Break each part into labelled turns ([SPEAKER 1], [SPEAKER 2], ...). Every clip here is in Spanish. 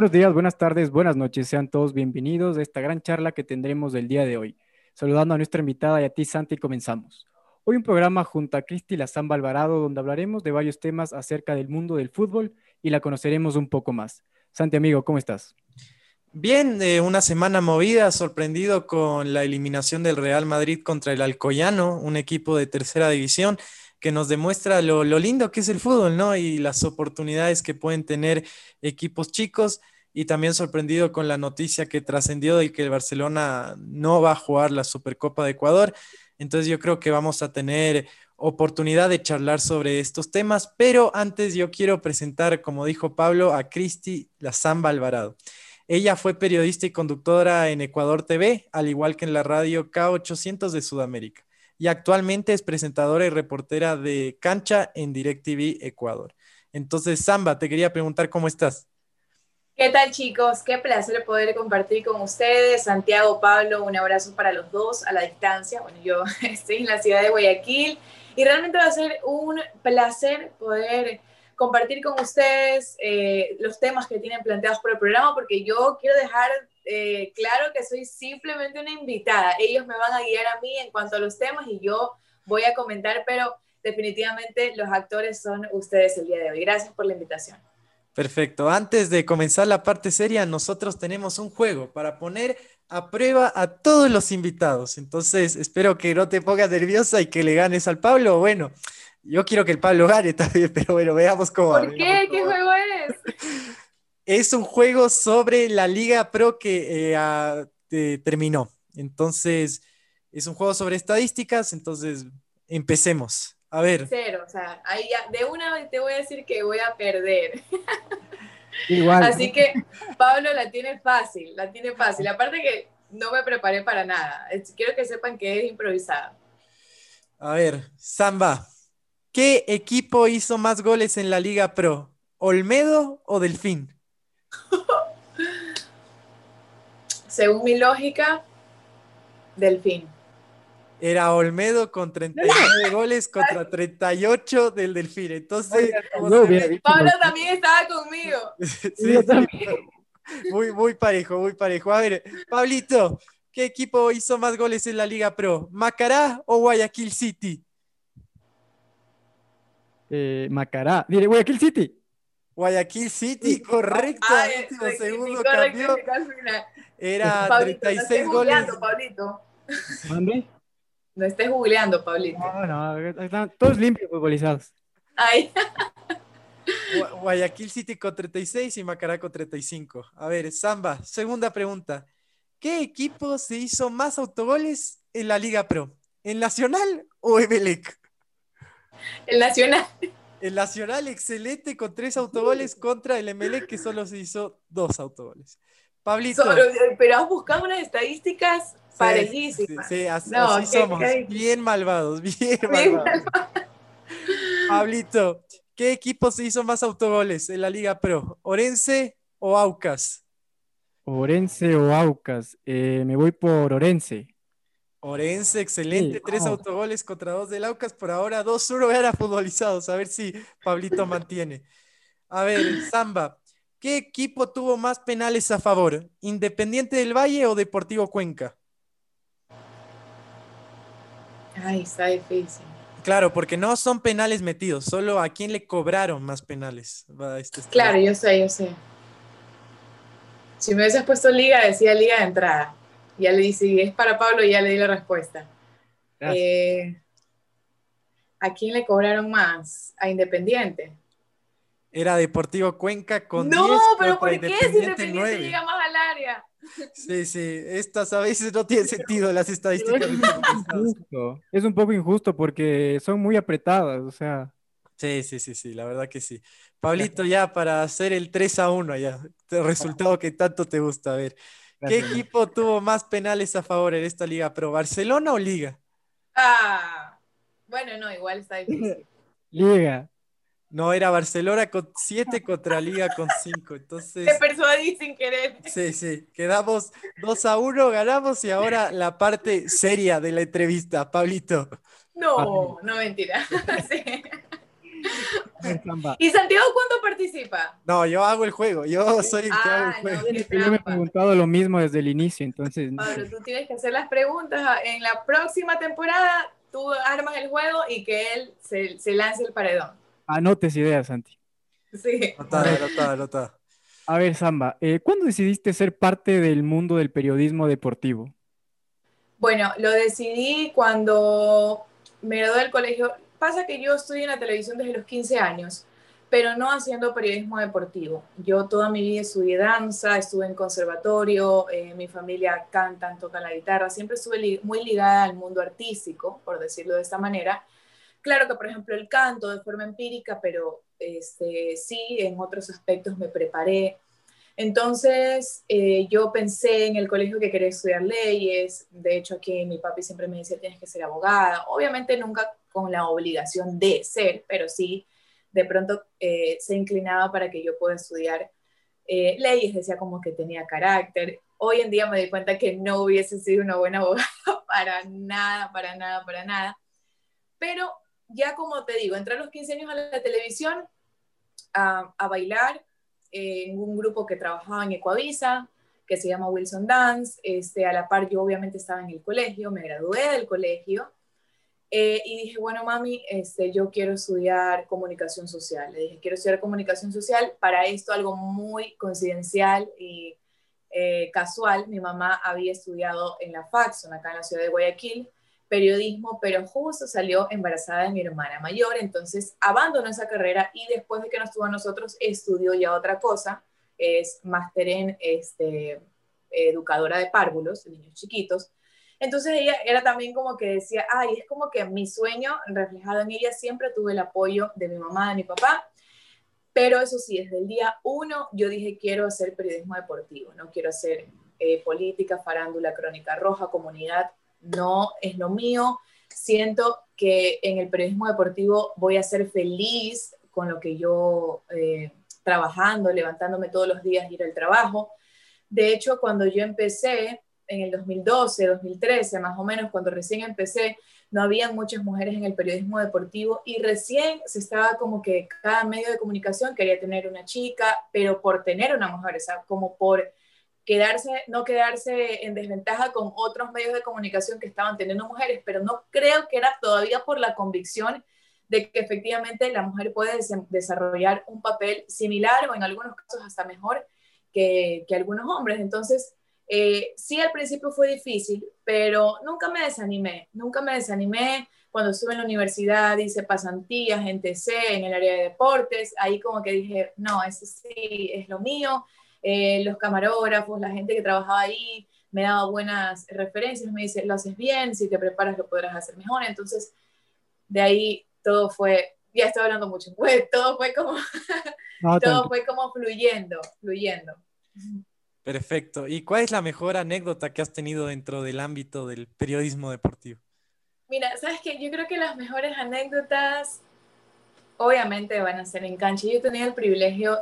[SPEAKER 1] buenos días, buenas tardes, buenas noches. Sean todos bienvenidos a esta gran charla que tendremos el día de hoy. Saludando a nuestra invitada y a ti, Santi, comenzamos. Hoy un programa junto a Cristi Lazamba Alvarado, donde hablaremos de varios temas acerca del mundo del fútbol y la conoceremos un poco más. Santi, amigo, ¿cómo estás?
[SPEAKER 2] Bien, una semana movida, sorprendido con la eliminación del Real Madrid contra el Alcoyano, un equipo de tercera división que nos demuestra lo lindo que es el fútbol, ¿no? Y las oportunidades que pueden tener equipos chicos. Y también sorprendido con la noticia que trascendió de que el Barcelona no va a jugar la Supercopa de Ecuador. Entonces yo creo que vamos a tener oportunidad de charlar sobre estos temas, pero antes yo quiero presentar, como dijo Pablo, a Cristi Lazamba Alvarado. Ella fue periodista y conductora en Ecuador TV, al igual que en la radio K800 de Sudamérica. Y actualmente es presentadora y reportera de Cancha en DirecTV Ecuador. Entonces, Samba, te quería preguntar cómo estás.
[SPEAKER 3] ¿Qué tal, chicos? Qué placer poder compartir con ustedes. Santiago, Pablo, un abrazo para los dos a la distancia. Bueno, yo estoy en la ciudad de Guayaquil y realmente va a ser un placer poder compartir con ustedes los temas que tienen planteados por el programa, porque yo quiero dejar claro que soy simplemente una invitada. Ellos me van a guiar a mí en cuanto a los temas y yo voy a comentar, pero definitivamente los actores son ustedes el día de hoy. Gracias por la invitación.
[SPEAKER 2] Perfecto. Antes de comenzar la parte seria, nosotros tenemos un juego para poner a prueba a todos los invitados. Entonces, espero que no te pongas nerviosa y que le ganes al Pablo. Bueno, yo quiero que el Pablo gane también, pero bueno, veamos cómo va.
[SPEAKER 3] ¿Por qué? ¿Qué juego es?
[SPEAKER 2] Es un juego sobre la Liga Pro que terminó. Entonces, es un juego sobre estadísticas. Entonces, empecemos. A ver.
[SPEAKER 3] Cero, o sea, ahí ya, de una vez te voy a decir que voy a perder.
[SPEAKER 1] Igual.
[SPEAKER 3] Así que Pablo la tiene fácil, la tiene fácil. Aparte que no me preparé para nada. Quiero que sepan que es improvisada.
[SPEAKER 2] A ver, Samba, ¿qué equipo hizo más goles en la Liga Pro? ¿Olmedo o Delfín?
[SPEAKER 3] Según mi lógica, Delfín.
[SPEAKER 2] Era Olmedo con 39 goles contra 38 del Delfín. Entonces, ¿cómo
[SPEAKER 1] Yo
[SPEAKER 2] se
[SPEAKER 1] hubiera
[SPEAKER 2] ve?
[SPEAKER 1] dicho
[SPEAKER 3] Pablo
[SPEAKER 1] Delfín.
[SPEAKER 3] también estaba conmigo.
[SPEAKER 2] Sí,
[SPEAKER 1] Yo
[SPEAKER 2] sí,
[SPEAKER 1] también.
[SPEAKER 2] muy parejo, muy parejo. A ver, Pablito, ¿qué equipo hizo más goles en la Liga Pro? ¿Macará o Guayaquil City?
[SPEAKER 1] Macará. Diré, Guayaquil City.
[SPEAKER 2] Guayaquil City,
[SPEAKER 1] Sí.
[SPEAKER 2] correcto, al
[SPEAKER 3] Ay,
[SPEAKER 2] último segundo
[SPEAKER 3] rectificó,
[SPEAKER 2] cambió.
[SPEAKER 3] rectificó al final.
[SPEAKER 2] Era
[SPEAKER 3] Pablito, no estés
[SPEAKER 2] 36 goles.
[SPEAKER 3] googleando, Pablito.
[SPEAKER 1] ¿Mande?
[SPEAKER 3] No estés googleando, Pablito.
[SPEAKER 1] No, no, están todos limpios futbolizados.
[SPEAKER 3] Ay,
[SPEAKER 2] Guayaquil City con 36 y Macará con 35. A ver, Samba, segunda pregunta. ¿Qué equipo se hizo más autogoles en la Liga Pro? ¿El Nacional o Emelec?
[SPEAKER 3] el Nacional.
[SPEAKER 2] El Nacional, excelente, con 3 autogoles contra el Emelec, que solo se hizo 2 autogoles. Pablito.
[SPEAKER 3] Pero has buscado unas estadísticas
[SPEAKER 2] Sí, sí,
[SPEAKER 3] parejísimas.
[SPEAKER 2] sí,
[SPEAKER 3] No,
[SPEAKER 2] así somos.
[SPEAKER 3] qué
[SPEAKER 2] Bien malvados, bien
[SPEAKER 3] bien.
[SPEAKER 2] malvados. Pablito, ¿qué equipo se hizo más autogoles en la Liga Pro? ¿Orense o Aucas?
[SPEAKER 1] Orense o Aucas. Me voy por Orense.
[SPEAKER 2] Orense, excelente,
[SPEAKER 1] Sí,
[SPEAKER 2] 3
[SPEAKER 1] vamos.
[SPEAKER 2] autogoles contra 2 del Aucas, por ahora 2-1 era futbolizados, a ver si Pablito mantiene. A ver, Samba, ¿qué equipo tuvo más penales a favor? ¿Independiente del Valle o Deportivo Cuenca?
[SPEAKER 3] Ay, está difícil.
[SPEAKER 2] Claro, porque no son penales metidos, solo a quién le cobraron más penales. Va esta
[SPEAKER 3] Claro,
[SPEAKER 2] estadística.
[SPEAKER 3] yo sé, yo sé. Si me hubieses puesto liga, decía liga de entrada. Ya le di, si es para Pablo, ya le di la respuesta.
[SPEAKER 1] Gracias.
[SPEAKER 3] ¿A quién le cobraron más? ¿A Independiente?
[SPEAKER 2] Era Deportivo Cuenca con
[SPEAKER 3] No,
[SPEAKER 2] 10
[SPEAKER 3] pero
[SPEAKER 2] contra
[SPEAKER 3] ¿por qué si
[SPEAKER 2] Independiente
[SPEAKER 3] Independiente
[SPEAKER 2] 9.
[SPEAKER 3] llega más al área?
[SPEAKER 2] Sí, sí, estas a veces no tienen sentido las
[SPEAKER 1] Pero
[SPEAKER 2] estadísticas
[SPEAKER 1] es
[SPEAKER 2] de
[SPEAKER 1] un
[SPEAKER 2] fútbol.
[SPEAKER 1] poco injusto. Es un poco injusto porque son muy apretadas. O sea,
[SPEAKER 2] Sí, sí, sí, sí, la verdad que sí.
[SPEAKER 1] gracias,
[SPEAKER 2] Pablito, ya para hacer el 3-1 ya, el resultado que tanto te gusta. A ver, ¿qué
[SPEAKER 1] gracias.
[SPEAKER 2] equipo tuvo más penales a favor en esta Liga Pro? ¿Barcelona o Liga?
[SPEAKER 3] Ah, bueno, no, igual está difícil.
[SPEAKER 1] Liga.
[SPEAKER 2] No, era Barcelona con 7 contra Liga con 5.
[SPEAKER 3] Te
[SPEAKER 2] Entonces,
[SPEAKER 3] persuadí sin querer.
[SPEAKER 2] sí, sí, quedamos 2-1, ganamos y ahora la parte seria de la entrevista, Pablito.
[SPEAKER 1] A ver,
[SPEAKER 3] No, no mentira. Sí.
[SPEAKER 1] A ver, Samba.
[SPEAKER 3] ¿Y Santiago cuándo participa?
[SPEAKER 2] No, yo hago el juego, yo soy el que hago el juego.
[SPEAKER 3] No, qué
[SPEAKER 1] Yo me he
[SPEAKER 3] trampa.
[SPEAKER 1] preguntado lo mismo desde el inicio, entonces
[SPEAKER 3] Pablo, tú tienes que hacer las preguntas en la próxima temporada, tú armas el juego y que él se lance el paredón.
[SPEAKER 1] anotes ideas, Santi.
[SPEAKER 3] Sí.
[SPEAKER 2] Anotada, anotada, anotada.
[SPEAKER 1] A ver, Samba, ¿cuándo decidiste ser parte del mundo del periodismo deportivo?
[SPEAKER 3] Bueno, lo decidí cuando me gradué del colegio. Pasa que yo estudié en la televisión desde los 15 años, pero no haciendo periodismo deportivo. Yo toda mi vida estudié danza, estuve en conservatorio, mi familia cantan, tocan la guitarra, siempre estuve muy ligada al mundo artístico, por decirlo de esta manera. Claro que, por ejemplo, el canto de forma empírica, pero sí, en otros aspectos me preparé. Entonces, yo pensé en el colegio que quería estudiar leyes. De hecho, aquí mi papi siempre me decía, tienes que ser abogada. Obviamente nunca con la obligación de ser, pero sí, de pronto se inclinaba para que yo pueda estudiar leyes. Decía como que tenía carácter. Hoy en día me doy cuenta que no hubiese sido una buena abogada para nada, para nada, para nada. Pero ya como te digo, entré a los 15 años a la televisión a bailar en un grupo que trabajaba en Ecuavisa, que se llama Wilson Dance. A la par yo obviamente estaba en el colegio, me gradué del colegio y dije, bueno, mami, yo quiero estudiar comunicación social. Le dije, quiero estudiar comunicación social. Para esto algo muy coincidencial y casual, mi mamá había estudiado en la Faxon, acá en la ciudad de Guayaquil, periodismo, pero justo salió embarazada de mi hermana mayor, entonces abandonó esa carrera y después de que nos tuvo a nosotros, estudió ya otra cosa, es máster en educadora de párvulos, de niños chiquitos. Entonces ella era también como que decía, ay, es como que mi sueño reflejado en ella, siempre tuve el apoyo de mi mamá, de mi papá, pero eso sí, desde el día uno yo dije, quiero hacer periodismo deportivo, no quiero hacer política, farándula, crónica roja, comunidad, no es lo mío. Siento que en el periodismo deportivo voy a ser feliz con lo que yo trabajando, levantándome todos los días, ir al trabajo. De hecho, cuando yo empecé en el 2012, 2013, más o menos, cuando recién empecé, no había muchas mujeres en el periodismo deportivo y recién se estaba como que cada medio de comunicación quería tener una chica, pero por tener una mujer, o sea, como por no quedarse en desventaja con otros medios de comunicación que estaban teniendo mujeres, pero no creo que era todavía por la convicción de que efectivamente la mujer puede desarrollar un papel similar o en algunos casos hasta mejor que algunos hombres. Entonces, sí, al principio fue difícil, pero nunca me desanimé. Cuando estuve en la universidad hice pasantías en TC, en el área de deportes, ahí como que dije, no, eso sí es lo mío. Los camarógrafos, la gente que trabajaba ahí, me daba buenas referencias, me dice, lo haces bien, si te preparas lo podrás hacer mejor. Entonces, de ahí todo fue, ya estoy hablando mucho, pues, todo fue como,
[SPEAKER 1] No,
[SPEAKER 3] todo
[SPEAKER 1] tranquilo.
[SPEAKER 3] fue como fluyendo, fluyendo.
[SPEAKER 2] Perfecto. ¿Y cuál es la mejor anécdota que has tenido dentro del ámbito del periodismo deportivo?
[SPEAKER 3] Mira, ¿sabes qué? Yo creo que las mejores anécdotas obviamente van a ser en cancha. Yo he tenido el privilegio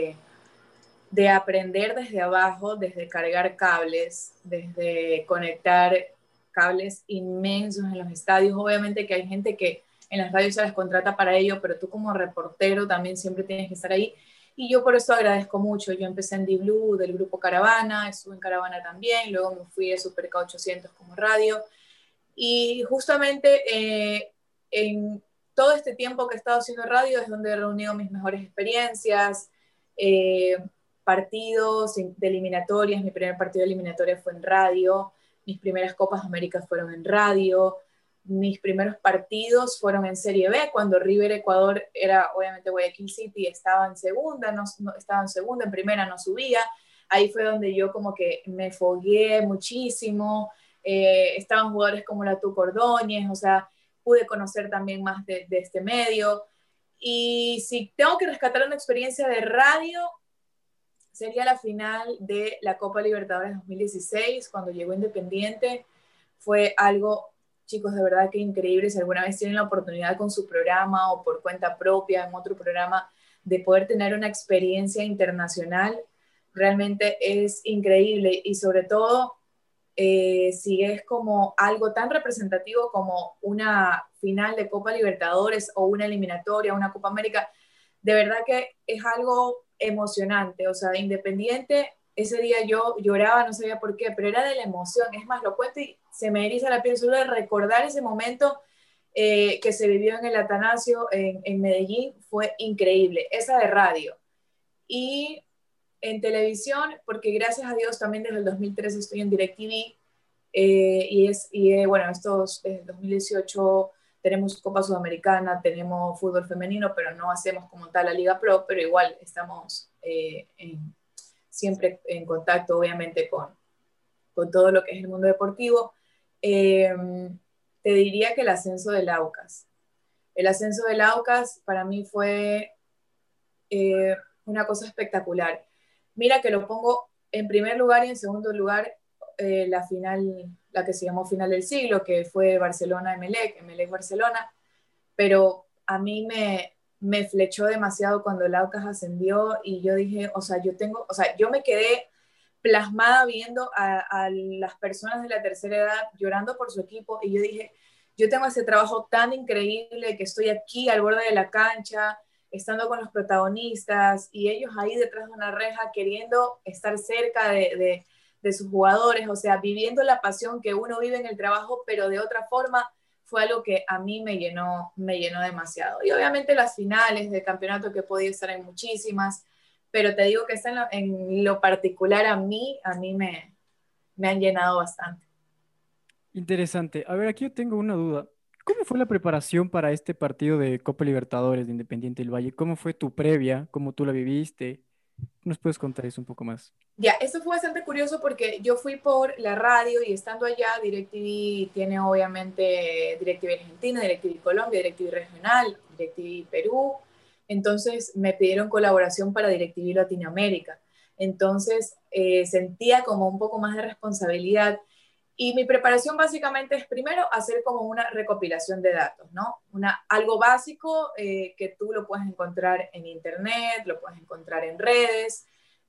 [SPEAKER 3] de aprender desde abajo, desde cargar cables, desde conectar cables inmensos en los estadios. Obviamente que hay gente que en las radios se las contrata para ello, pero tú como reportero también siempre tienes que estar ahí. Y yo por eso agradezco mucho. Yo empecé en D-Blue del grupo Caravana, estuve en Caravana también, luego me fui a Super K800 como radio. Y justamente en todo este tiempo que he estado haciendo radio es donde he reunido mis mejores experiencias, eh, partidos de eliminatorias. Mi primer partido de eliminatoria fue en radio, mis primeras Copas América fueron en radio, mis primeros partidos fueron en Serie B, cuando River Ecuador era obviamente Guayaquil City, estaba en segunda, estaba en segunda, en primera no subía. Ahí fue donde yo como que me fogué muchísimo. Estaban jugadores como la Tuco Ordóñez, o sea, pude conocer también más de este medio. Y si tengo que rescatar una experiencia de radio, sería la final de la Copa Libertadores 2016, cuando llegó Independiente. Fue algo, chicos, de verdad que increíble. Si alguna vez tienen la oportunidad con su programa o por cuenta propia en otro programa de poder tener una experiencia internacional, realmente es increíble. Y sobre todo, si es como algo tan representativo como una final de Copa Libertadores o una eliminatoria, una Copa América, de verdad que es algo emocionante. O sea, Independiente, ese día yo lloraba, no sabía por qué, pero era de la emoción. Es más, lo cuento y se me eriza la piel solo de recordar ese momento que se vivió en el Atanasio, en Medellín, fue increíble. Esa de radio. Y en televisión, porque gracias a Dios también desde el 2013 estoy en DirecTV, bueno, estos 2018 tenemos Copa Sudamericana, tenemos fútbol femenino, pero no hacemos como tal la Liga Pro, pero igual estamos siempre en contacto, obviamente, con todo lo que es el mundo deportivo. Eh, Te diría que el ascenso del Aucas. El ascenso del Aucas para mí fue una cosa espectacular. Mira que lo pongo en primer lugar y en segundo lugar la final, la que se llamó final del siglo, que fue Barcelona-Emelec, Emelec-Barcelona, pero a mí me flechó demasiado cuando el Aucas ascendió y yo dije, o sea, yo me quedé plasmada viendo a las personas de la tercera edad llorando por su equipo y yo dije, yo tengo ese trabajo tan increíble que estoy aquí al borde de la cancha, estando con los protagonistas y ellos ahí detrás de una reja queriendo estar cerca de sus jugadores, o sea, viviendo la pasión que uno vive en el trabajo, pero de otra forma, fue algo que a mí me llenó demasiado. Y obviamente las finales de campeonato que he podido estar en muchísimas, pero te digo que esta en lo particular me han llenado bastante.
[SPEAKER 1] Interesante. A ver, aquí yo tengo una duda. ¿Cómo fue la preparación para este partido de Copa Libertadores de Independiente del Valle? ¿Cómo fue tu previa? ¿Cómo tú la viviste? ¿Nos puedes contar eso un poco más?
[SPEAKER 3] Ya, esto fue bastante curioso porque yo fui por la radio y estando allá, DirecTV tiene obviamente DirecTV Argentina, DirecTV Colombia, DirecTV Regional, DirecTV Perú. Entonces me pidieron colaboración para DirecTV Latinoamérica. Entonces sentía como un poco más de responsabilidad. Y mi preparación básicamente es primero hacer como una recopilación de datos, ¿no? Algo básico que tú lo puedes encontrar en internet, lo puedes encontrar en redes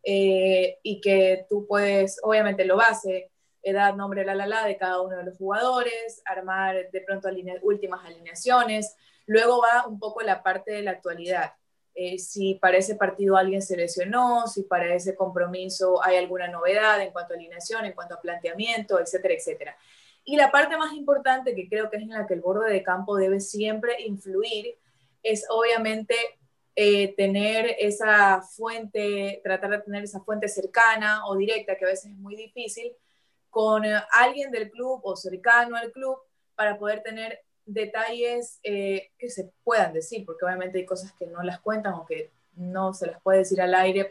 [SPEAKER 3] y que tú puedes, obviamente lo base, edad, nombre, de cada uno de los jugadores, armar de pronto últimas alineaciones. Luego va un poco la parte de la actualidad. Si para ese partido alguien se lesionó, si para ese compromiso hay alguna novedad en cuanto a alineación, en cuanto a planteamiento, etcétera, etcétera. Y la parte más importante, que creo que es en la que el borde de campo debe siempre influir, es obviamente tener esa fuente, tratar de tener esa fuente cercana o directa, que a veces es muy difícil, con alguien del club o cercano al club para poder tener detalles que se puedan decir, porque obviamente hay cosas que no las cuentan o que no se las puede decir al aire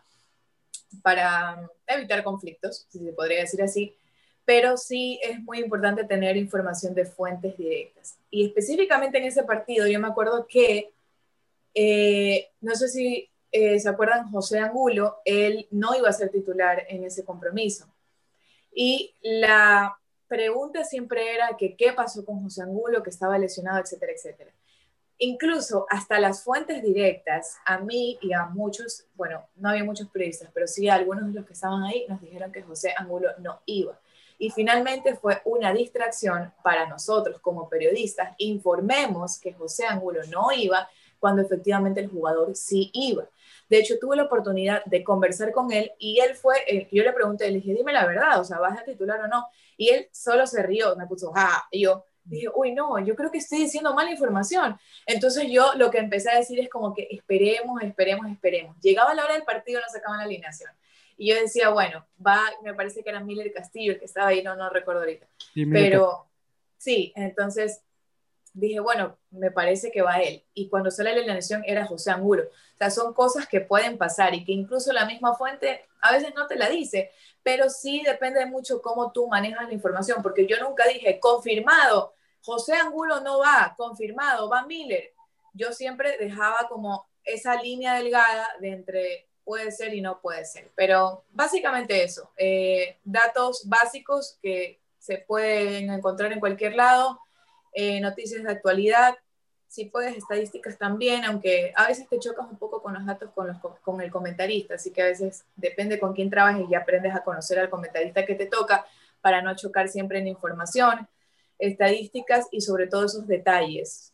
[SPEAKER 3] para evitar conflictos, si se podría decir así, pero sí es muy importante tener información de fuentes directas. Y específicamente en ese partido, yo me acuerdo que, no sé si se acuerdan, José Angulo, él no iba a ser titular en ese compromiso. Y la pregunta siempre era que qué pasó con José Angulo, que estaba lesionado, etcétera, etcétera. Incluso hasta las fuentes directas, a mí y a muchos, bueno, no había muchos periodistas, pero sí a algunos de los que estaban ahí nos dijeron que José Angulo no iba. Y finalmente fue una distracción para nosotros como periodistas. Informemos que José Angulo no iba cuando efectivamente el jugador sí iba. De hecho, tuve la oportunidad de conversar con él y él yo le pregunté, le dije, dime la verdad, o sea, ¿vas a titular o no? Y él solo se rió, me puso, ja, y yo dije, uy, no, yo creo que estoy diciendo mala información. Entonces yo lo que empecé a decir es como que esperemos, esperemos, esperemos. Llegaba la hora del partido, no sacaban la alineación. Y yo decía, bueno, me parece que era Miller Castillo el que estaba ahí, no recuerdo ahorita.
[SPEAKER 1] Sí, mira,
[SPEAKER 3] Pero sí, entonces dije, bueno, me parece que va él. Y cuando sale la alineación era José Angulo. O sea, son cosas que pueden pasar y que incluso la misma fuente a veces no te la dice, pero sí depende mucho cómo tú manejas la información, porque yo nunca dije, confirmado, José Angulo no va, confirmado, va Miller. Yo siempre dejaba como esa línea delgada de entre puede ser y no puede ser. Pero básicamente eso, datos básicos que se pueden encontrar en cualquier lado, noticias de actualidad, si puedes estadísticas también, aunque a veces te chocas un poco con los datos con el comentarista, así que a veces depende con quién trabajes y aprendes a conocer al comentarista que te toca, para no chocar siempre en información, estadísticas y sobre todo esos detalles.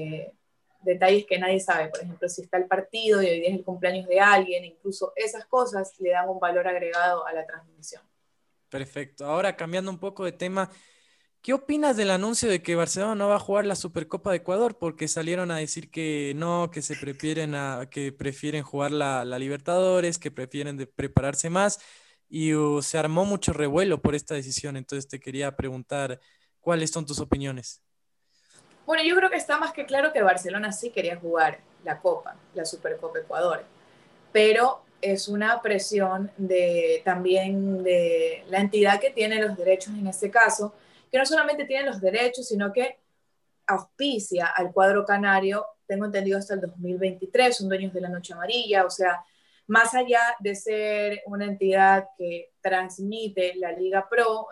[SPEAKER 3] Detalles que nadie sabe, por ejemplo, si está el partido y hoy día es el cumpleaños de alguien, incluso esas cosas le dan un valor agregado a la transmisión.
[SPEAKER 2] Perfecto. Ahora cambiando un poco de tema, ¿qué opinas del anuncio de que Barcelona no va a jugar la Supercopa de Ecuador? Porque salieron a decir que no, que prefieren jugar la Libertadores, que prefieren prepararse más y se armó mucho revuelo por esta decisión. Entonces te quería preguntar, ¿cuáles son tus opiniones?
[SPEAKER 3] Bueno, yo creo que está más que claro que Barcelona sí quería jugar la Copa, la Supercopa Ecuador, pero es una presión también de la entidad que tiene los derechos en este caso, que no solamente tiene los derechos, sino que auspicia al cuadro canario, tengo entendido hasta el 2023, son dueños de la Noche Amarilla, o sea, más allá de ser una entidad que transmite la Liga Pro,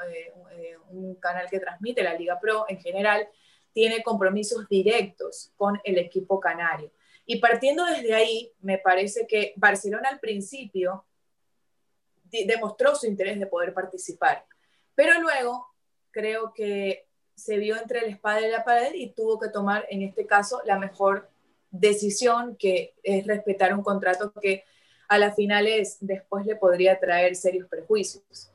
[SPEAKER 3] un canal que transmite la Liga Pro en general, tiene compromisos directos con el equipo canario. Y partiendo desde ahí, me parece que Barcelona al principio demostró su interés de poder participar, pero luego creo que se vio entre la espada y la pared y tuvo que tomar, en este caso, la mejor decisión, que es respetar un contrato que a las finales después le podría traer serios perjuicios.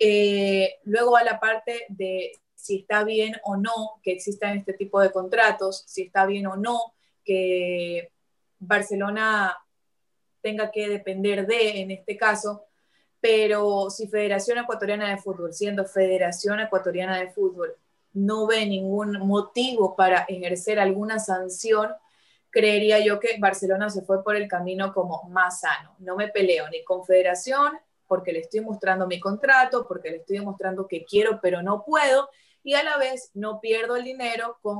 [SPEAKER 3] Luego va la parte de si está bien o no que existan este tipo de contratos, si está bien o no que Barcelona tenga que depender en este caso, pero si Federación Ecuatoriana de Fútbol, siendo Federación Ecuatoriana de Fútbol, no ve ningún motivo para ejercer alguna sanción, creería yo que Barcelona se fue por el camino como más sano. No me peleo ni con Federación, porque le estoy mostrando mi contrato, porque le estoy mostrando que quiero pero no puedo, y a la vez no pierdo el dinero con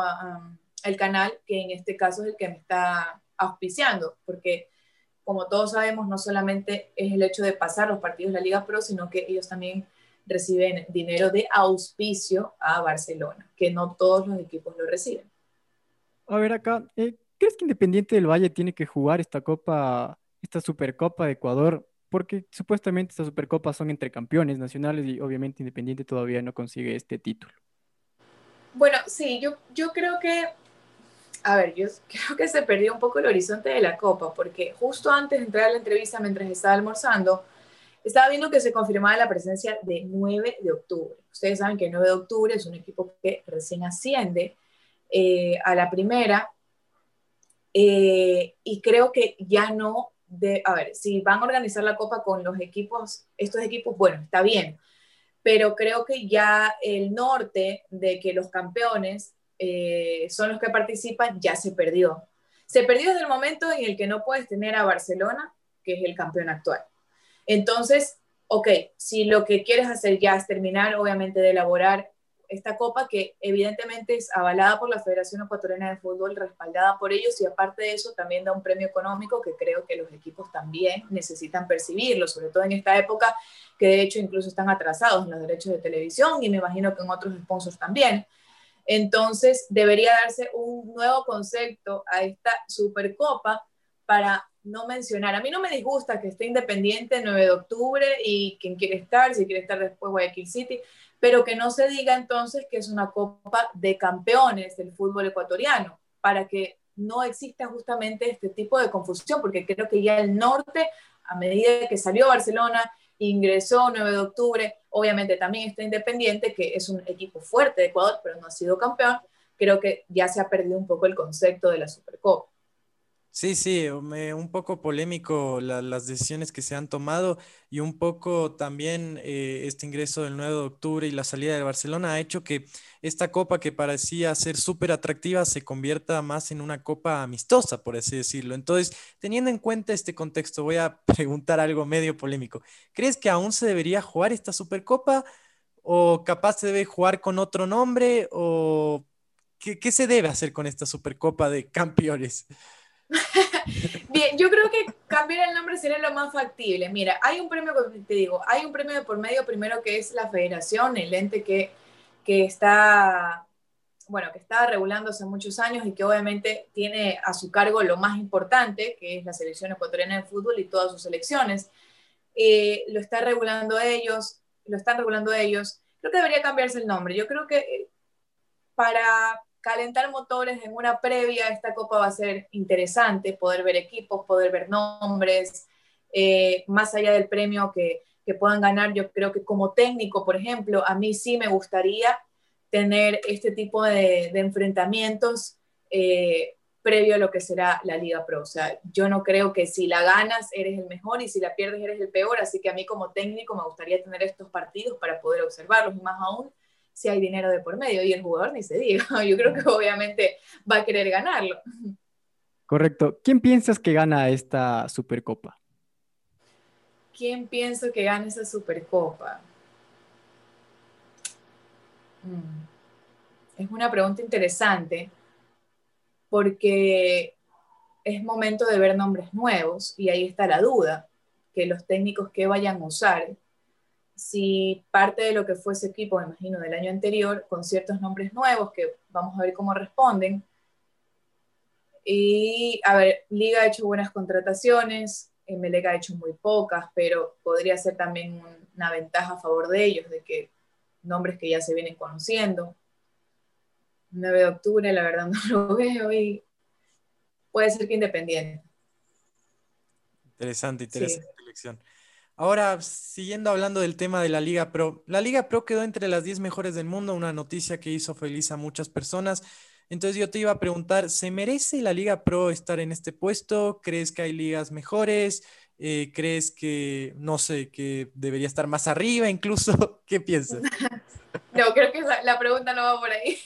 [SPEAKER 3] el canal, que en este caso es el que me está auspiciando, porque como todos sabemos, no solamente es el hecho de pasar los partidos de la Liga Pro, sino que ellos también reciben dinero de auspicio a Barcelona, que no todos los equipos lo reciben.
[SPEAKER 1] A ver acá, ¿crees que Independiente del Valle tiene que jugar esta copa, esta Supercopa de Ecuador? Porque supuestamente estas Supercopas son entre campeones nacionales y obviamente Independiente todavía no consigue este título.
[SPEAKER 3] Bueno, sí, yo creo que, a ver, yo creo que se perdió un poco el horizonte de la Copa, porque justo antes de entrar a la entrevista, mientras estaba almorzando, estaba viendo que se confirmaba la presencia de 9 de octubre. Ustedes saben que 9 de octubre es un equipo que recién asciende a la primera, y creo que ya no, a ver, si van a organizar la Copa con los equipos, estos equipos, bueno, está bien, pero creo que ya el norte de que los campeones son los que participan ya se perdió. Se perdió desde el momento en el que no puedes tener a Barcelona, que es el campeón actual. Entonces, ok, si lo que quieres hacer ya es terminar, obviamente, de elaborar esta copa, que evidentemente es avalada por la Federación Ecuatoriana de Fútbol, respaldada por ellos, y aparte de eso también da un premio económico que creo que los equipos también necesitan percibirlo, sobre todo en esta época, que de hecho incluso están atrasados en los derechos de televisión y me imagino que en otros sponsors también. Entonces, debería darse un nuevo concepto a esta Supercopa para no mencionar. A mí no me disgusta que esté Independiente el 9 de octubre y quien quiere estar, si quiere estar después Guayaquil City, pero que no se diga entonces que es una Copa de Campeones del fútbol ecuatoriano, para que no exista justamente este tipo de confusión, porque creo que ya el norte, a medida que salió Barcelona, ingresó 9 de octubre, obviamente también está Independiente, que es un equipo fuerte de Ecuador, pero no ha sido campeón, creo que ya se ha perdido un poco el concepto de la Supercopa.
[SPEAKER 2] Sí, sí, un poco polémico las decisiones que se han tomado y un poco también este ingreso del 9 de octubre y la salida de Barcelona ha hecho que esta copa que parecía ser súper atractiva se convierta más en una copa amistosa, por así decirlo. Entonces, teniendo en cuenta este contexto, voy a preguntar algo medio polémico. ¿Crees que aún se debería jugar esta Supercopa o capaz se debe jugar con otro nombre o qué se debe hacer con esta Supercopa de Campeones?
[SPEAKER 3] Bien, yo creo que cambiar el nombre sería lo más factible. Mira, hay un premio, como te digo, hay un premio de por medio primero que es la federación, el ente que está, bueno, que está regulando hace muchos años y que obviamente tiene a su cargo lo más importante, que es la selección ecuatoriana de fútbol y todas sus selecciones. Lo está regulando ellos. lo están regulando ellos, creo que debería cambiarse el nombre. Yo creo que para calentar motores en una previa, esta copa va a ser interesante, poder ver equipos, poder ver nombres, más allá del premio que puedan ganar. Yo creo que como técnico, por ejemplo, a mí sí me gustaría tener este tipo de enfrentamientos previo a lo que será la Liga Pro. O sea, yo no creo que si la ganas eres el mejor y si la pierdes eres el peor, así que a mí como técnico me gustaría tener estos partidos para poder observarlos, y más aún si hay dinero de por medio, y el jugador ni se diga. Yo creo que obviamente va a querer ganarlo.
[SPEAKER 1] Correcto. ¿Quién piensas que gana esta Supercopa?
[SPEAKER 3] ¿Quién pienso que gane esa Supercopa? Es una pregunta interesante porque es momento de ver nombres nuevos y ahí está la duda, que los técnicos que vayan a usar, si parte de lo que fue ese equipo, me imagino, del año anterior, con ciertos nombres nuevos que vamos a ver cómo responden. Y, a ver, Liga ha hecho buenas contrataciones, Emelec ha hecho muy pocas, pero podría ser también una ventaja a favor de ellos, de que nombres que ya se vienen conociendo. 9 de octubre, la verdad no lo veo, y puede ser que Independiente.
[SPEAKER 2] Interesante,
[SPEAKER 3] Sí.
[SPEAKER 2] interesante elección. Ahora, siguiendo hablando del tema de la Liga Pro. La Liga Pro quedó entre las 10 mejores del mundo, una noticia que hizo feliz a muchas personas. Entonces yo te iba a preguntar, ¿se merece la Liga Pro estar en este puesto? ¿Crees que hay ligas mejores? ¿Crees que, no sé, que debería estar más arriba incluso? ¿Qué piensas?
[SPEAKER 3] No, creo que la pregunta no va por ahí.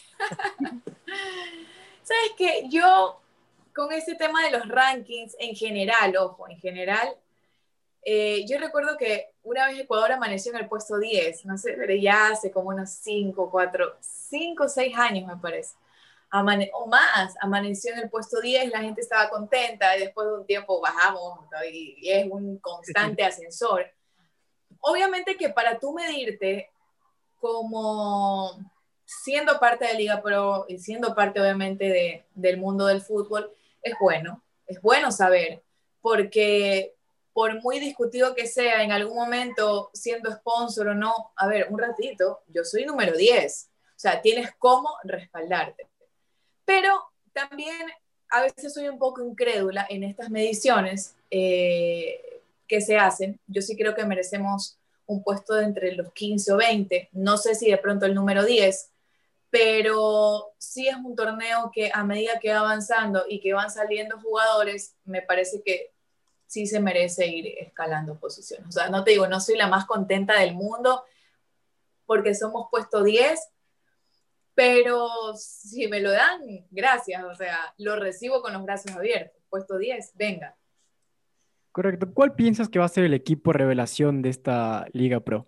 [SPEAKER 3] ¿Sabes qué? Yo, con este tema de los rankings en general, ojo, en general, yo recuerdo que una vez Ecuador amaneció en el puesto 10, no sé, pero ya hace como unos 5 o 6 años me parece. O más, amaneció en el puesto 10, la gente estaba contenta, y después de un tiempo bajamos, ¿no? Y es un constante ascensor. Obviamente que para tú medirte como siendo parte de Liga Pro y siendo parte obviamente del mundo del fútbol, es bueno saber, porque por muy discutido que sea en algún momento siendo sponsor o no, a ver, un ratito, yo soy número 10, o sea, tienes cómo respaldarte. Pero también a veces soy un poco incrédula en estas mediciones que se hacen. Yo sí creo que merecemos un puesto de entre los 15 o 20, no sé si de pronto el número 10, pero sí es un torneo que a medida que va avanzando y que van saliendo jugadores, me parece que sí se merece ir escalando posiciones. O sea, no te digo, no soy la más contenta del mundo porque somos puesto 10, pero si me lo dan, gracias, o sea, lo recibo con los brazos abiertos. Puesto 10, venga.
[SPEAKER 1] Correcto. ¿Cuál piensas que va a ser el equipo revelación de esta Liga Pro?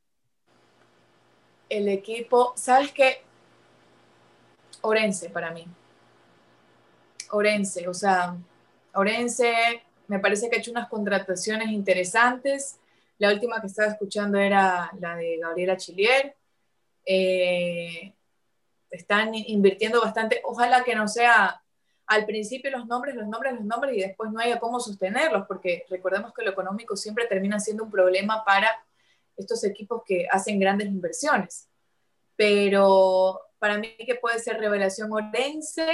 [SPEAKER 3] El equipo, ¿sabes qué? Orense para mí. Orense, o sea, Orense me parece que ha hecho unas contrataciones interesantes. La última que estaba escuchando era la de Gabriela Chilier. Están invirtiendo bastante. Ojalá que no sea al principio los nombres y después no haya cómo sostenerlos, porque recordemos que lo económico siempre termina siendo un problema para estos equipos que hacen grandes inversiones. Pero para mí que puede ser revelación Orense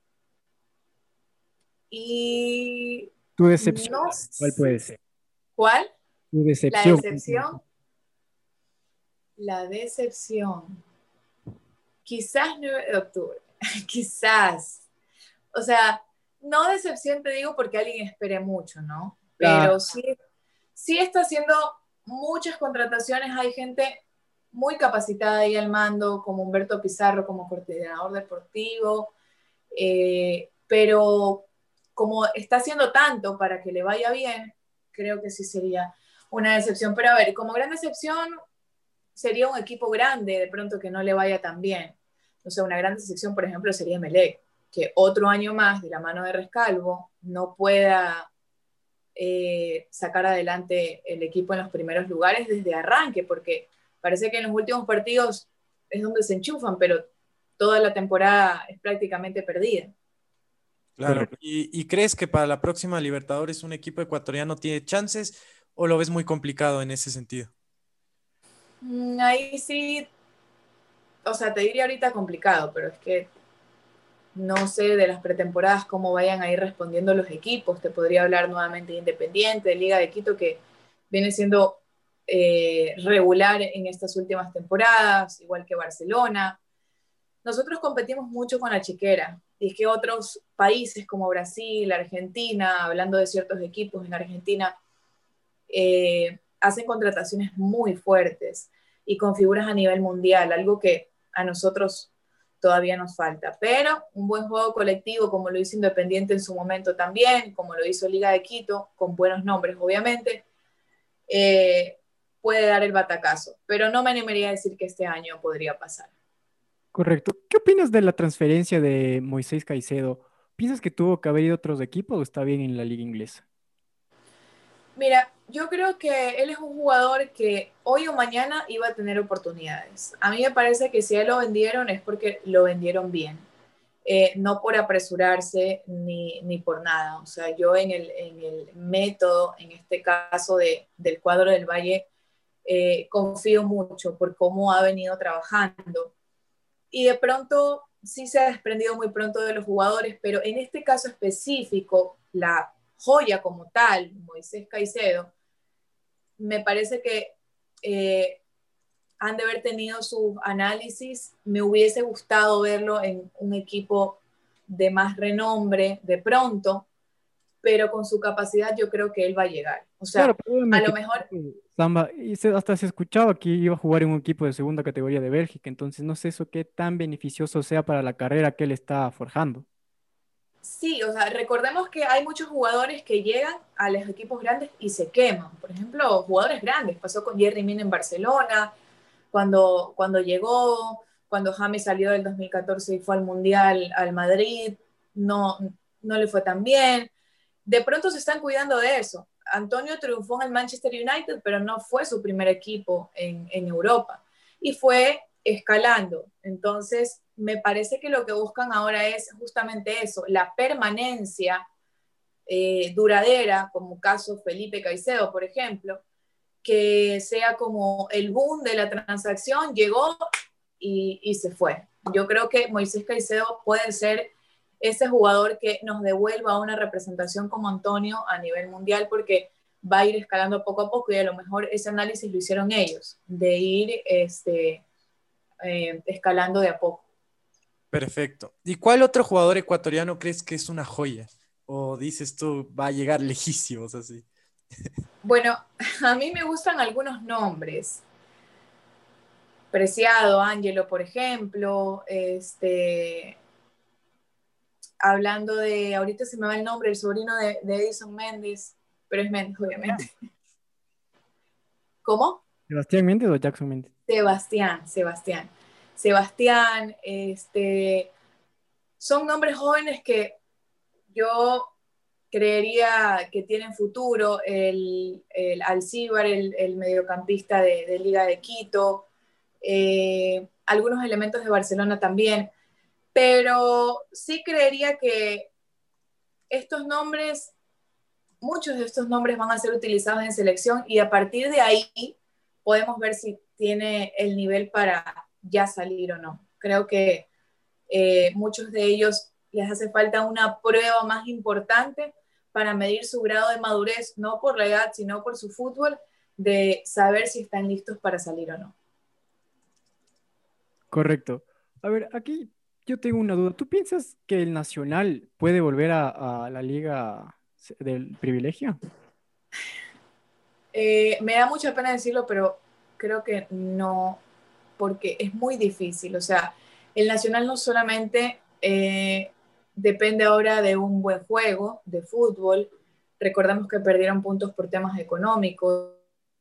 [SPEAKER 3] y
[SPEAKER 1] Tu decepción,
[SPEAKER 3] no
[SPEAKER 1] ¿cuál puede ser?
[SPEAKER 3] cuál,
[SPEAKER 1] Tu
[SPEAKER 3] la
[SPEAKER 1] decepción.
[SPEAKER 3] decepción, la decepción. Quizás 9 de octubre, quizás. O sea, no decepción te digo porque alguien espere mucho, ¿no?
[SPEAKER 1] Claro,
[SPEAKER 3] Pero sí, sí está haciendo muchas contrataciones, hay gente muy capacitada ahí al mando, como Humberto Pizarro, como coordinador deportivo, pero como está haciendo tanto para que le vaya bien, creo que sí sería una decepción. Pero a ver, como gran decepción sería un equipo grande de pronto que no le vaya tan bien. O sea, una gran decepción, por ejemplo, sería Melec, que otro año más de la mano de Rescalvo no pueda sacar adelante el equipo en los primeros lugares desde arranque, porque parece que en los últimos partidos es donde se enchufan, pero toda la temporada es prácticamente perdida.
[SPEAKER 2] Claro.
[SPEAKER 1] correcto.
[SPEAKER 2] ¿Y crees que para la próxima Libertadores un equipo ecuatoriano tiene chances o lo ves muy complicado en ese sentido?
[SPEAKER 3] Ahí sí, o sea, te diría ahorita complicado, pero es que no sé de las pretemporadas cómo vayan a ir respondiendo los equipos. Te podría hablar nuevamente de Independiente, de Liga de Quito, que viene siendo regular en estas últimas temporadas, igual que Barcelona. Nosotros competimos mucho con la chiquera, y es que otros países como Brasil, Argentina, hablando de ciertos equipos en Argentina, hacen contrataciones muy fuertes y con figuras a nivel mundial, algo que a nosotros todavía nos falta. Pero un buen juego colectivo, como lo hizo Independiente en su momento también, como lo hizo Liga de Quito, con buenos nombres, obviamente, puede dar el batacazo. Pero no me animaría a decir que este año podría pasar.
[SPEAKER 1] Correcto. ¿Qué opinas de la transferencia de Moisés Caicedo? ¿Piensas que tuvo que haber ido a otros equipos o está bien en la liga inglesa?
[SPEAKER 3] Mira, yo creo que él es un jugador que hoy o mañana iba a tener oportunidades. A mí me parece que si a él lo vendieron es porque lo vendieron bien. No por apresurarse ni por nada. O sea, yo en el método, en este caso del cuadro del Valle, confío mucho por cómo ha venido trabajando. Y de pronto sí se ha desprendido muy pronto de los jugadores, pero en este caso específico, la joya como tal, Moisés Caicedo, me parece que han de haber tenido sus análisis. Me hubiese gustado verlo en un equipo de más renombre de pronto, pero con su capacidad yo creo que él va a llegar. O
[SPEAKER 1] Claro,
[SPEAKER 3] sea, a
[SPEAKER 1] perdóname
[SPEAKER 3] lo
[SPEAKER 1] que
[SPEAKER 3] mejor
[SPEAKER 1] Samba, hasta se escuchaba que iba a jugar en un equipo de segunda categoría de Bélgica, entonces no sé eso qué tan beneficioso sea para la carrera que él está forjando.
[SPEAKER 3] sí, o sea, recordemos que hay muchos jugadores que llegan a los equipos grandes y se queman. Por ejemplo, jugadores grandes, pasó con Jerry Mina en Barcelona, cuando llegó, cuando James salió del 2014 y fue al Mundial al Madrid, no, no le fue tan bien. De pronto se están cuidando de eso. Antonio triunfó en el Manchester United, pero no fue su primer equipo en Europa y fue escalando. Entonces, me parece que lo que buscan ahora es justamente eso, la permanencia duradera, como caso Felipe Caicedo, por ejemplo, que sea como el boom de la transacción, llegó y se fue. Yo creo que Moisés Caicedo puede ser ese jugador que nos devuelva una representación como Antonio a nivel mundial, porque va a ir escalando poco a poco y a lo mejor ese análisis lo hicieron ellos, de ir escalando de a poco.
[SPEAKER 2] Perfecto. ¿Y cuál otro jugador ecuatoriano crees que es una joya? O dices tú, va a llegar lejísimos así.
[SPEAKER 3] Bueno, a mí me gustan algunos nombres. Preciado, Ángelo, por ejemplo, hablando de, ahorita se me va el nombre, el sobrino de Edison Méndez, pero es Méndez, obviamente. ¿Cómo?
[SPEAKER 1] ¿Sebastián Méndez o Jackson Méndez?
[SPEAKER 3] Sebastián, son nombres jóvenes que yo creería que tienen futuro. El Alcíbar, el mediocampista de Liga de Quito, algunos elementos de Barcelona también, pero sí creería que estos nombres, muchos de estos nombres van a ser utilizados en selección y a partir de ahí podemos ver si tiene el nivel para ya salir o no. Creo que muchos de ellos les hace falta una prueba más importante para medir su grado de madurez, no por la edad, sino por su fútbol, de saber si están listos para salir o no.
[SPEAKER 1] Correcto. A ver, aquí yo tengo una duda. ¿Tú piensas que el Nacional puede volver a la liga del privilegio?
[SPEAKER 3] Me da mucha pena decirlo, pero creo que no, porque es muy difícil. O sea, el Nacional no solamente depende ahora de un buen juego de fútbol. Recordemos que perdieron puntos por temas económicos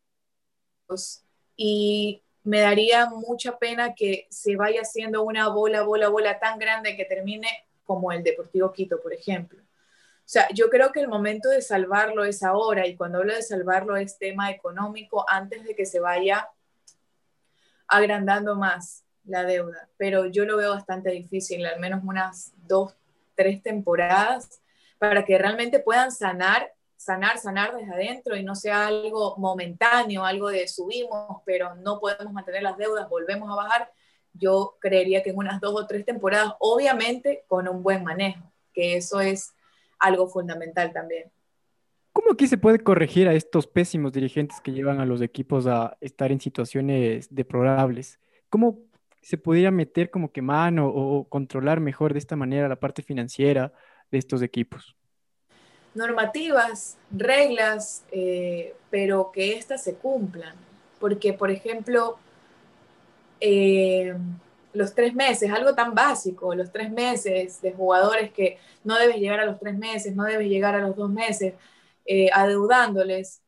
[SPEAKER 3] y me daría mucha pena que se vaya haciendo una bola tan grande que termine como el Deportivo Quito, por ejemplo. O sea, yo creo que el momento de salvarlo es ahora, y cuando hablo de salvarlo es tema económico antes de que se vaya agrandando más la deuda. Pero yo lo veo bastante difícil, al menos unas 2, 3 temporadas, para que realmente puedan sanar sanar desde adentro y no sea algo momentáneo, algo de subimos, pero no podemos mantener las deudas, volvemos a bajar, yo creería que en unas 2 o 3 temporadas, obviamente con un buen manejo, que eso es algo fundamental también.
[SPEAKER 1] ¿Cómo aquí se puede corregir a estos pésimos dirigentes que llevan a los equipos a estar en situaciones deplorables? ¿Cómo se podría meter como que mano o controlar mejor de esta manera la parte financiera de estos equipos?
[SPEAKER 3] Normativas, reglas, pero que éstas se cumplan. Porque, por ejemplo, eh, los 3 meses, algo tan básico, los 3 meses de jugadores que no debes llegar a los 3 meses, no debes llegar a los 2 meses, adeudándoles,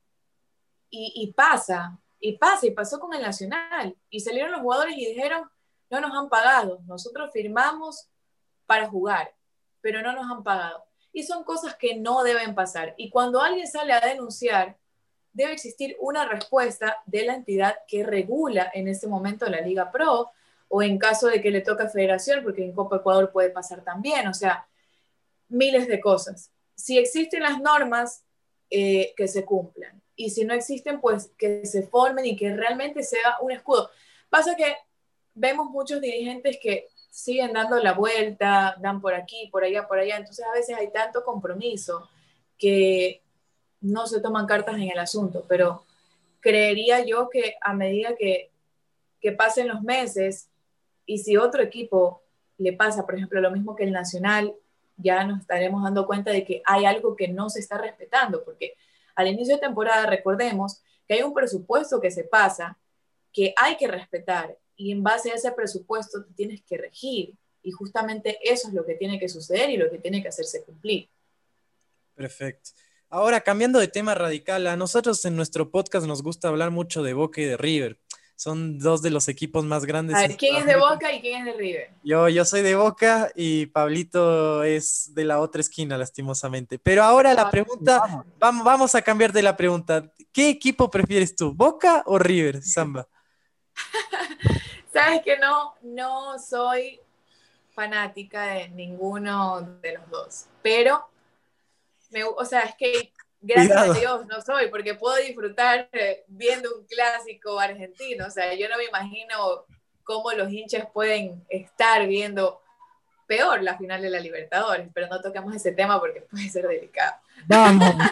[SPEAKER 3] y pasó con el Nacional, y salieron los jugadores y dijeron, no nos han pagado, nosotros firmamos para jugar, pero no nos han pagado. Y son cosas que no deben pasar. Y cuando alguien sale a denunciar, debe existir una respuesta de la entidad que regula en ese momento la Liga Pro, o en caso de que le toque a Federación, porque en Copa Ecuador puede pasar también, o sea, miles de cosas. Si existen las normas, que se cumplan. Y si no existen, pues que se formen y que realmente sea un escudo. Pasa que vemos muchos dirigentes que siguen dando la vuelta, dan por aquí, por allá. Entonces a veces hay tanto compromiso que no se toman cartas en el asunto. Pero creería yo que a medida que pasen los meses y si otro equipo le pasa, por ejemplo, lo mismo que el Nacional, ya nos estaremos dando cuenta de que hay algo que no se está respetando, porque al inicio de temporada recordemos que hay un presupuesto que se pasa, que hay que respetar, y en base a ese presupuesto te tienes que regir, y justamente eso es lo que tiene que suceder y lo que tiene que hacerse cumplir.
[SPEAKER 2] Perfecto. Ahora, cambiando de tema radical, a nosotros en nuestro podcast nos gusta hablar mucho de Boca y de River. Son dos de los equipos más
[SPEAKER 3] A
[SPEAKER 2] grandes en
[SPEAKER 3] ver, ¿quién es de
[SPEAKER 2] Sudamérica.
[SPEAKER 3] Boca y quién es de River?
[SPEAKER 2] Yo soy de Boca y Pablito es de la otra esquina, lastimosamente. Pero ahora la pregunta,
[SPEAKER 1] Vamos.
[SPEAKER 2] vamos a cambiar de la pregunta. ¿Qué equipo prefieres tú, Boca o River, Samba?
[SPEAKER 3] Sabes que no soy fanática de ninguno de los dos, pero o sea, es que gracias a
[SPEAKER 2] Cuidado.
[SPEAKER 3] Dios no soy, porque puedo disfrutar viendo un clásico argentino. O sea, yo no me imagino cómo los hinchas pueden estar viendo peor la final de la Libertadores, pero no toquemos ese tema porque puede ser delicado.
[SPEAKER 1] Vamos.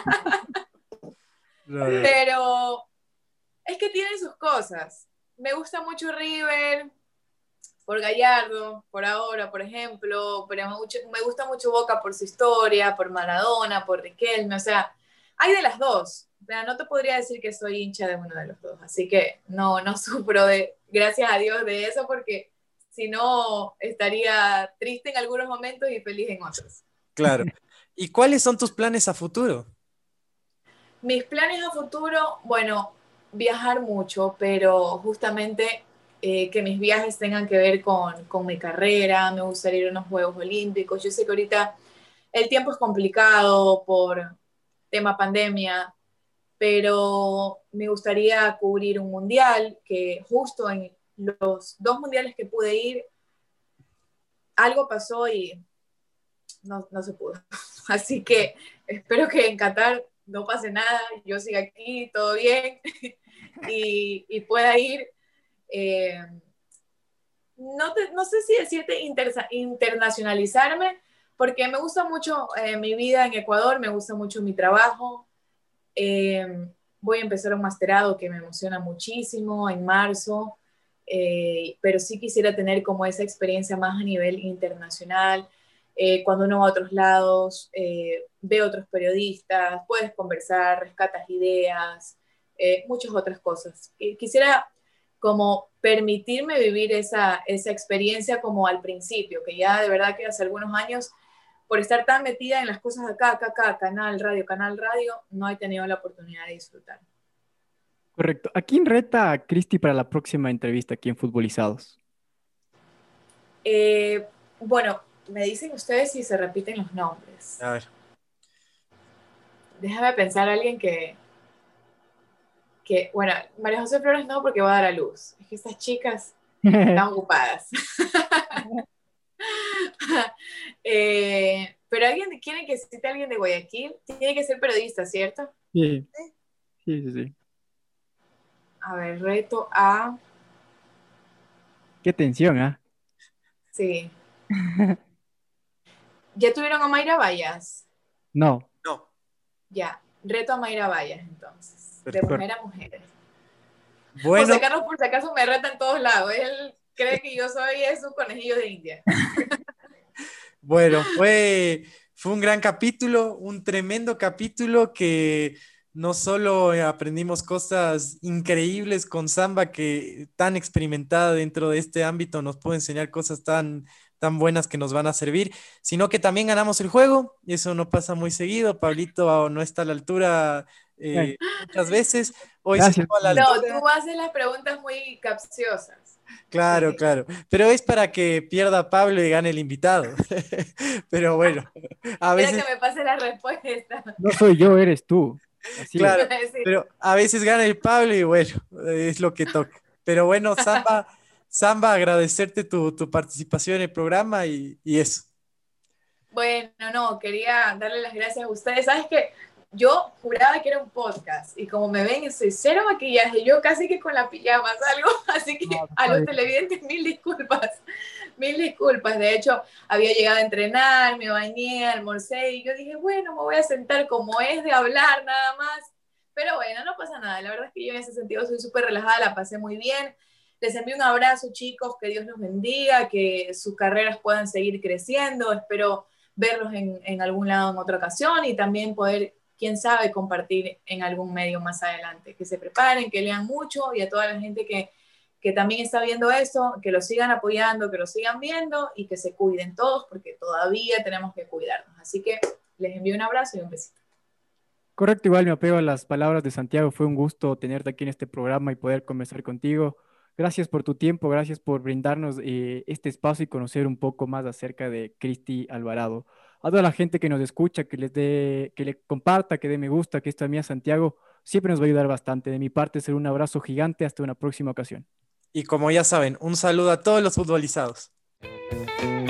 [SPEAKER 3] Pero es que tienen sus cosas. Me gusta mucho River por Gallardo, por ahora, por ejemplo, pero me gusta mucho Boca por su historia, por Maradona, por Riquelme, o sea, hay de las dos. O sea, no te podría decir que soy hincha de uno de los dos, así que no sufro gracias a Dios de eso, porque si no estaría triste en algunos momentos y feliz en otros.
[SPEAKER 2] Claro. ¿Y cuáles son tus planes a futuro?
[SPEAKER 3] Mis planes a futuro, bueno, viajar mucho, pero justamente que mis viajes tengan que ver con mi carrera, me gustaría ir a unos Juegos Olímpicos. Yo sé que ahorita el tiempo es complicado por tema pandemia, pero me gustaría cubrir un mundial, que justo en los 2 mundiales que pude ir, algo pasó y no se pudo. Así que espero que en Qatar no pase nada, yo siga aquí, todo bien, y pueda ir. Eh, no sé si decirte internacionalizarme, porque me gusta mucho mi vida en Ecuador, me gusta mucho mi trabajo. Voy a empezar un masterado que me emociona muchísimo en marzo, pero sí quisiera tener como esa experiencia más a nivel internacional. Cuando uno va a otros lados, ve otros periodistas, puedes conversar, rescatas ideas, muchas otras cosas. Quisiera como permitirme vivir esa experiencia como al principio, que ya de verdad que hace algunos años, por estar tan metida en las cosas acá, canal, radio, no he tenido la oportunidad de disfrutar.
[SPEAKER 1] Correcto. ¿A quién reta a Cristi para la próxima entrevista aquí en Futbolizados?
[SPEAKER 3] Bueno, me dicen ustedes si se repiten los nombres.
[SPEAKER 2] A ver.
[SPEAKER 3] Déjame pensar a alguien bueno, María José Flores no, porque va a dar a luz. Es que estas chicas están ocupadas. Pero quieren que cite a alguien de Guayaquil, tiene que ser periodista, ¿cierto?
[SPEAKER 1] Sí, sí.
[SPEAKER 3] A ver, reto a...
[SPEAKER 1] Qué tensión, ¿ah?
[SPEAKER 3] Sí. ¿Ya tuvieron a Mayra Vallas?
[SPEAKER 1] No,
[SPEAKER 2] No,
[SPEAKER 3] Ya. Reto a Mayra Vallas, entonces. De
[SPEAKER 2] perfecto.
[SPEAKER 3] mujer a mujer.
[SPEAKER 2] Bueno,
[SPEAKER 3] José Carlos, por si acaso, me reta en todos lados. Él cree que yo soy un conejillo de India.
[SPEAKER 2] bueno, fue un gran capítulo, un tremendo capítulo que no solo aprendimos cosas increíbles con Samba, que tan experimentada dentro de este ámbito nos puede enseñar cosas tan buenas que nos van a servir, sino que también ganamos el juego, y eso no pasa muy seguido. Pablito no está a la altura
[SPEAKER 1] bueno,
[SPEAKER 2] muchas veces, hoy sí
[SPEAKER 1] gracias.
[SPEAKER 2] estuvo a la
[SPEAKER 3] No,
[SPEAKER 2] altura.
[SPEAKER 3] tú haces las preguntas muy capciosas.
[SPEAKER 2] Claro,
[SPEAKER 3] Sí.
[SPEAKER 2] claro. Pero es para que pierda Pablo y gane el invitado. Pero bueno, a
[SPEAKER 3] Quiero que
[SPEAKER 2] veces,
[SPEAKER 3] me pase la respuesta.
[SPEAKER 1] No soy yo, eres tú. Así es.
[SPEAKER 2] claro,
[SPEAKER 3] Sí.
[SPEAKER 2] pero a veces gana el Pablo y bueno, es lo que toca. Pero bueno, Samba, agradecerte tu participación en el programa y eso.
[SPEAKER 3] Bueno, no, quería darle las gracias a ustedes. ¿Sabes qué? Yo juraba que era un podcast y como me ven, soy cero maquillaje, yo casi que con la pijama salgo, así que
[SPEAKER 1] No,
[SPEAKER 3] a
[SPEAKER 1] está
[SPEAKER 3] los
[SPEAKER 1] bien.
[SPEAKER 3] televidentes mil disculpas, mil disculpas. De hecho, había llegado a entrenar, me bañé, almorcé y yo dije, bueno, me voy a sentar como es de hablar nada más. Pero bueno, no pasa nada, la verdad es que yo en ese sentido soy súper relajada, la pasé muy bien. Les envío un abrazo, chicos, que Dios los bendiga, que sus carreras puedan seguir creciendo. Espero verlos en algún lado en otra ocasión y también poder, quién sabe, compartir en algún medio más adelante. Que se preparen, que lean mucho y a toda la gente que también está viendo esto, que lo sigan apoyando, que lo sigan viendo y que se cuiden todos porque todavía tenemos que cuidarnos. Así que les envío un abrazo y un besito.
[SPEAKER 1] Correcto, igual me apego a las palabras de Santiago. Fue un gusto tenerte aquí en este programa y poder conversar contigo. Gracias por tu tiempo, gracias por brindarnos este espacio y conocer un poco más acerca de Cristi Alvarado. A toda la gente que nos escucha, que le comparta, que dé me gusta, que esto a mí a Santiago siempre nos va a ayudar bastante. De mi parte, será un abrazo gigante. Hasta una próxima ocasión.
[SPEAKER 2] Y como ya saben, un saludo a todos los futbolizados.